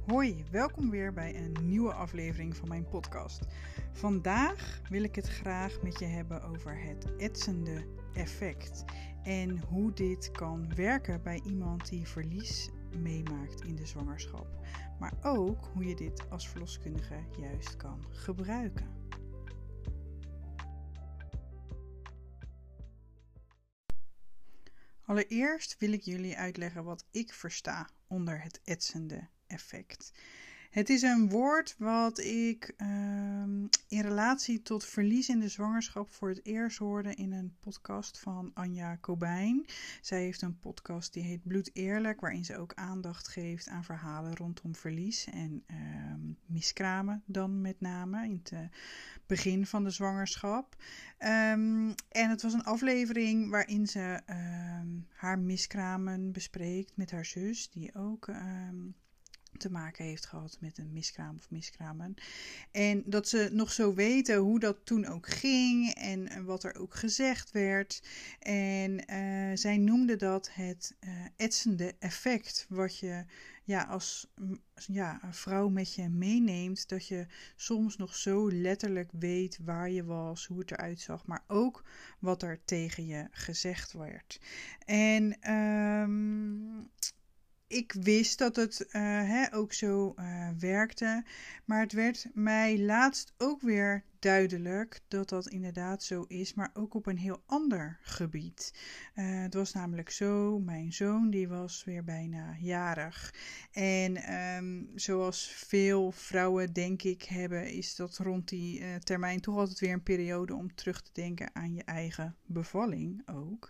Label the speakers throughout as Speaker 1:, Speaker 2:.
Speaker 1: Hoi, welkom weer bij een nieuwe aflevering van mijn podcast. Vandaag wil ik het graag met je hebben over het etsende effect en hoe dit kan werken bij iemand die verlies meemaakt in de zwangerschap. Maar ook hoe je dit als verloskundige juist kan gebruiken. Allereerst wil ik jullie uitleggen wat ik versta onder het etsende effect. Het is een woord wat ik in relatie tot verlies in de zwangerschap voor het eerst hoorde in een podcast van Anja Kobijn. Zij heeft een podcast die heet Bloed Eerlijk, waarin ze ook aandacht geeft aan verhalen rondom verlies en miskramen dan met name in het begin van de zwangerschap. En het was een aflevering waarin ze haar miskramen bespreekt met haar zus, die ook te maken heeft gehad met een miskraam of miskramen. En dat ze nog zo weten hoe dat toen ook ging en wat er ook gezegd werd. En zij noemde dat het etsende effect, wat je als een vrouw met je meeneemt, dat je soms nog zo letterlijk weet waar je was, hoe het eruit zag, maar ook wat er tegen je gezegd werd. En ik wist dat het ook zo werkte, maar het werd mij laatst ook weer duidelijk dat dat inderdaad zo is, maar ook op een heel ander gebied. Het was namelijk zo, mijn zoon die was weer bijna jarig. En zoals veel vrouwen denk ik hebben, is dat rond die termijn toch altijd weer een periode om terug te denken aan je eigen bevalling ook.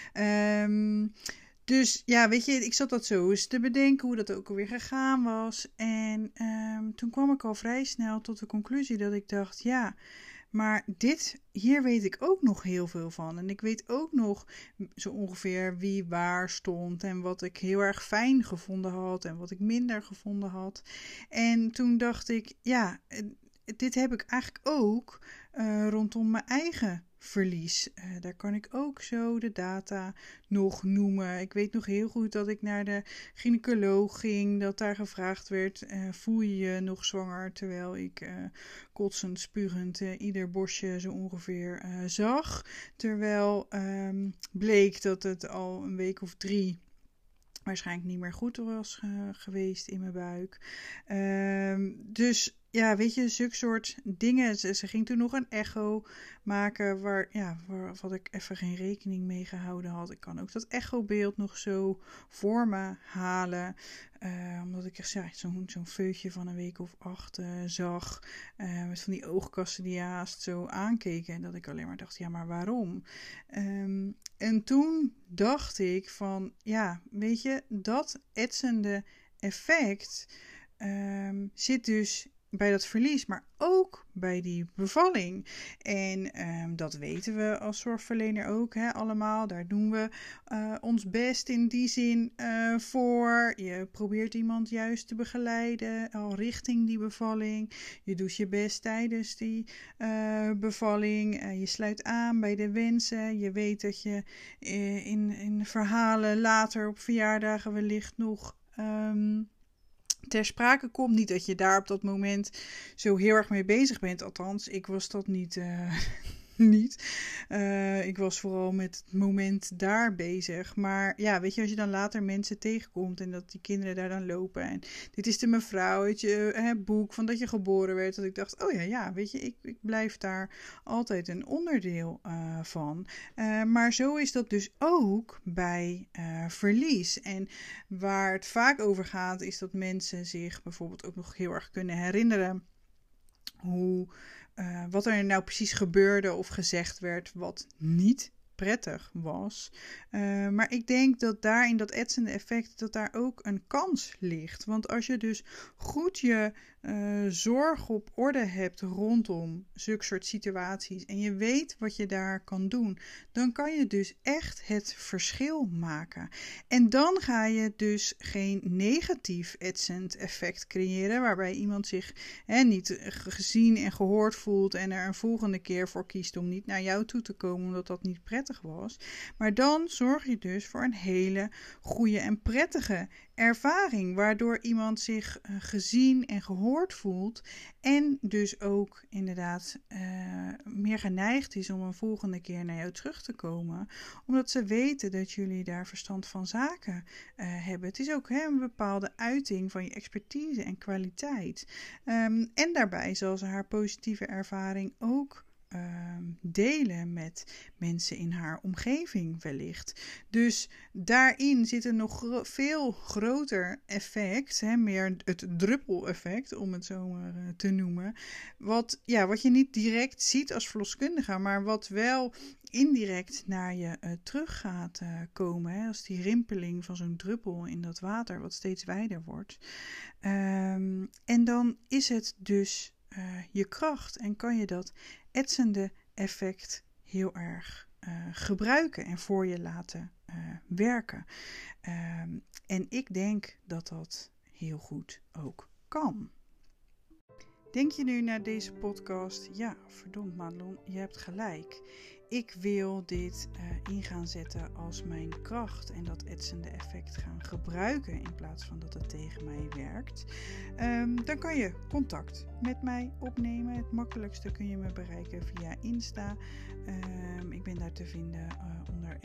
Speaker 1: Dus ja, weet je, ik zat dat zo eens te bedenken hoe dat ook alweer gegaan was. En toen kwam ik al vrij snel tot de conclusie dat ik dacht, ja, maar hier weet ik ook nog heel veel van. En ik weet ook nog zo ongeveer wie waar stond en wat ik heel erg fijn gevonden had en wat ik minder gevonden had. En toen dacht ik, ja, dit heb ik eigenlijk ook rondom mijn eigen verlies. Daar kan ik ook zo de data nog noemen. Ik weet nog heel goed dat ik naar de gynaecoloog ging, dat daar gevraagd werd, voel je je nog zwanger? Terwijl ik kotsend, spurend ieder borstje zo ongeveer zag. Terwijl bleek dat het al een week of 3 waarschijnlijk niet meer goed was geweest in mijn buik. Dus ja, weet je, zulke soort dingen. Ze ging toen nog een echo maken wat ik even geen rekening mee gehouden had. Ik kan ook dat echobeeld nog zo voor me halen. Omdat ik zo'n feutje van een week of 8 zag. Met van die oogkassen die haast zo aankeken. En dat ik alleen maar dacht, ja, maar waarom? En toen dacht ik van, ja, weet je, dat etsende effect zit dus bij dat verlies, maar ook bij die bevalling. En dat weten we als zorgverlener ook, allemaal. Daar doen we ons best in die zin voor. Je probeert iemand juist te begeleiden, al richting die bevalling. Je doet je best tijdens die bevalling. Je sluit aan bij de wensen. Je weet dat je in verhalen later op verjaardagen wellicht nog ter sprake komt. Niet dat je daar op dat moment zo heel erg mee bezig bent. Althans, ik was dat niet. Ik was vooral met het moment daar bezig. Maar ja, weet je, als je dan later mensen tegenkomt en dat die kinderen daar dan lopen. En dit is de mevrouw uit je boek van dat je geboren werd. Dat ik dacht, oh ja, weet je, ik blijf daar altijd een onderdeel van. Maar zo is dat dus ook bij verlies. En waar het vaak over gaat, is dat mensen zich bijvoorbeeld ook nog heel erg kunnen herinneren wat er nou precies gebeurde of gezegd werd wat niet prettig was. Maar ik denk dat daar in dat etsende effect, dat daar ook een kans ligt. Want als je dus goed je zorg op orde hebt rondom zulke soort situaties en je weet wat je daar kan doen, dan kan je dus echt het verschil maken. En dan ga je dus geen negatief etsend effect creëren, waarbij iemand zich niet gezien en gehoord voelt en er een volgende keer voor kiest om niet naar jou toe te komen omdat dat niet prettig was. Maar dan zorg je dus voor een hele goede en prettige ervaring, waardoor iemand zich gezien en gehoord voelt en dus ook inderdaad meer geneigd is om een volgende keer naar jou terug te komen, omdat ze weten dat jullie daar verstand van zaken hebben. Het is ook een bepaalde uiting van je expertise en kwaliteit. En daarbij zal ze haar positieve ervaring ook delen met mensen in haar omgeving wellicht. Dus daarin zit een nog veel groter effect, meer het druppeleffect, om het zo maar te noemen. Wat je niet direct ziet als verloskundige, maar wat wel indirect naar je terug gaat komen. Als die rimpeling van zo'n druppel in dat water wat steeds wijder wordt. En dan is het dus je kracht en kan je dat etsende effect heel erg gebruiken en voor je laten werken. En ik denk dat dat heel goed ook kan. Denk je nu naar deze podcast, ja, verdomd Madelon, je hebt gelijk. Ik wil dit in gaan zetten als mijn kracht en dat etsende effect gaan gebruiken in plaats van dat het tegen mij werkt. Dan kan je contact met mij opnemen. Het makkelijkste kun je me bereiken via Insta. Ik ben daar te vinden onder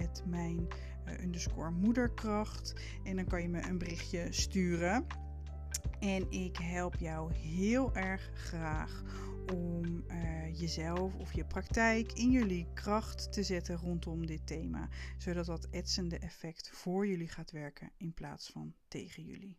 Speaker 1: @mijn_moederkracht. En dan kan je me een berichtje sturen. En ik help jou heel erg graag om jezelf of je praktijk in jullie kracht te zetten rondom dit thema. Zodat dat etsende effect voor jullie gaat werken in plaats van tegen jullie.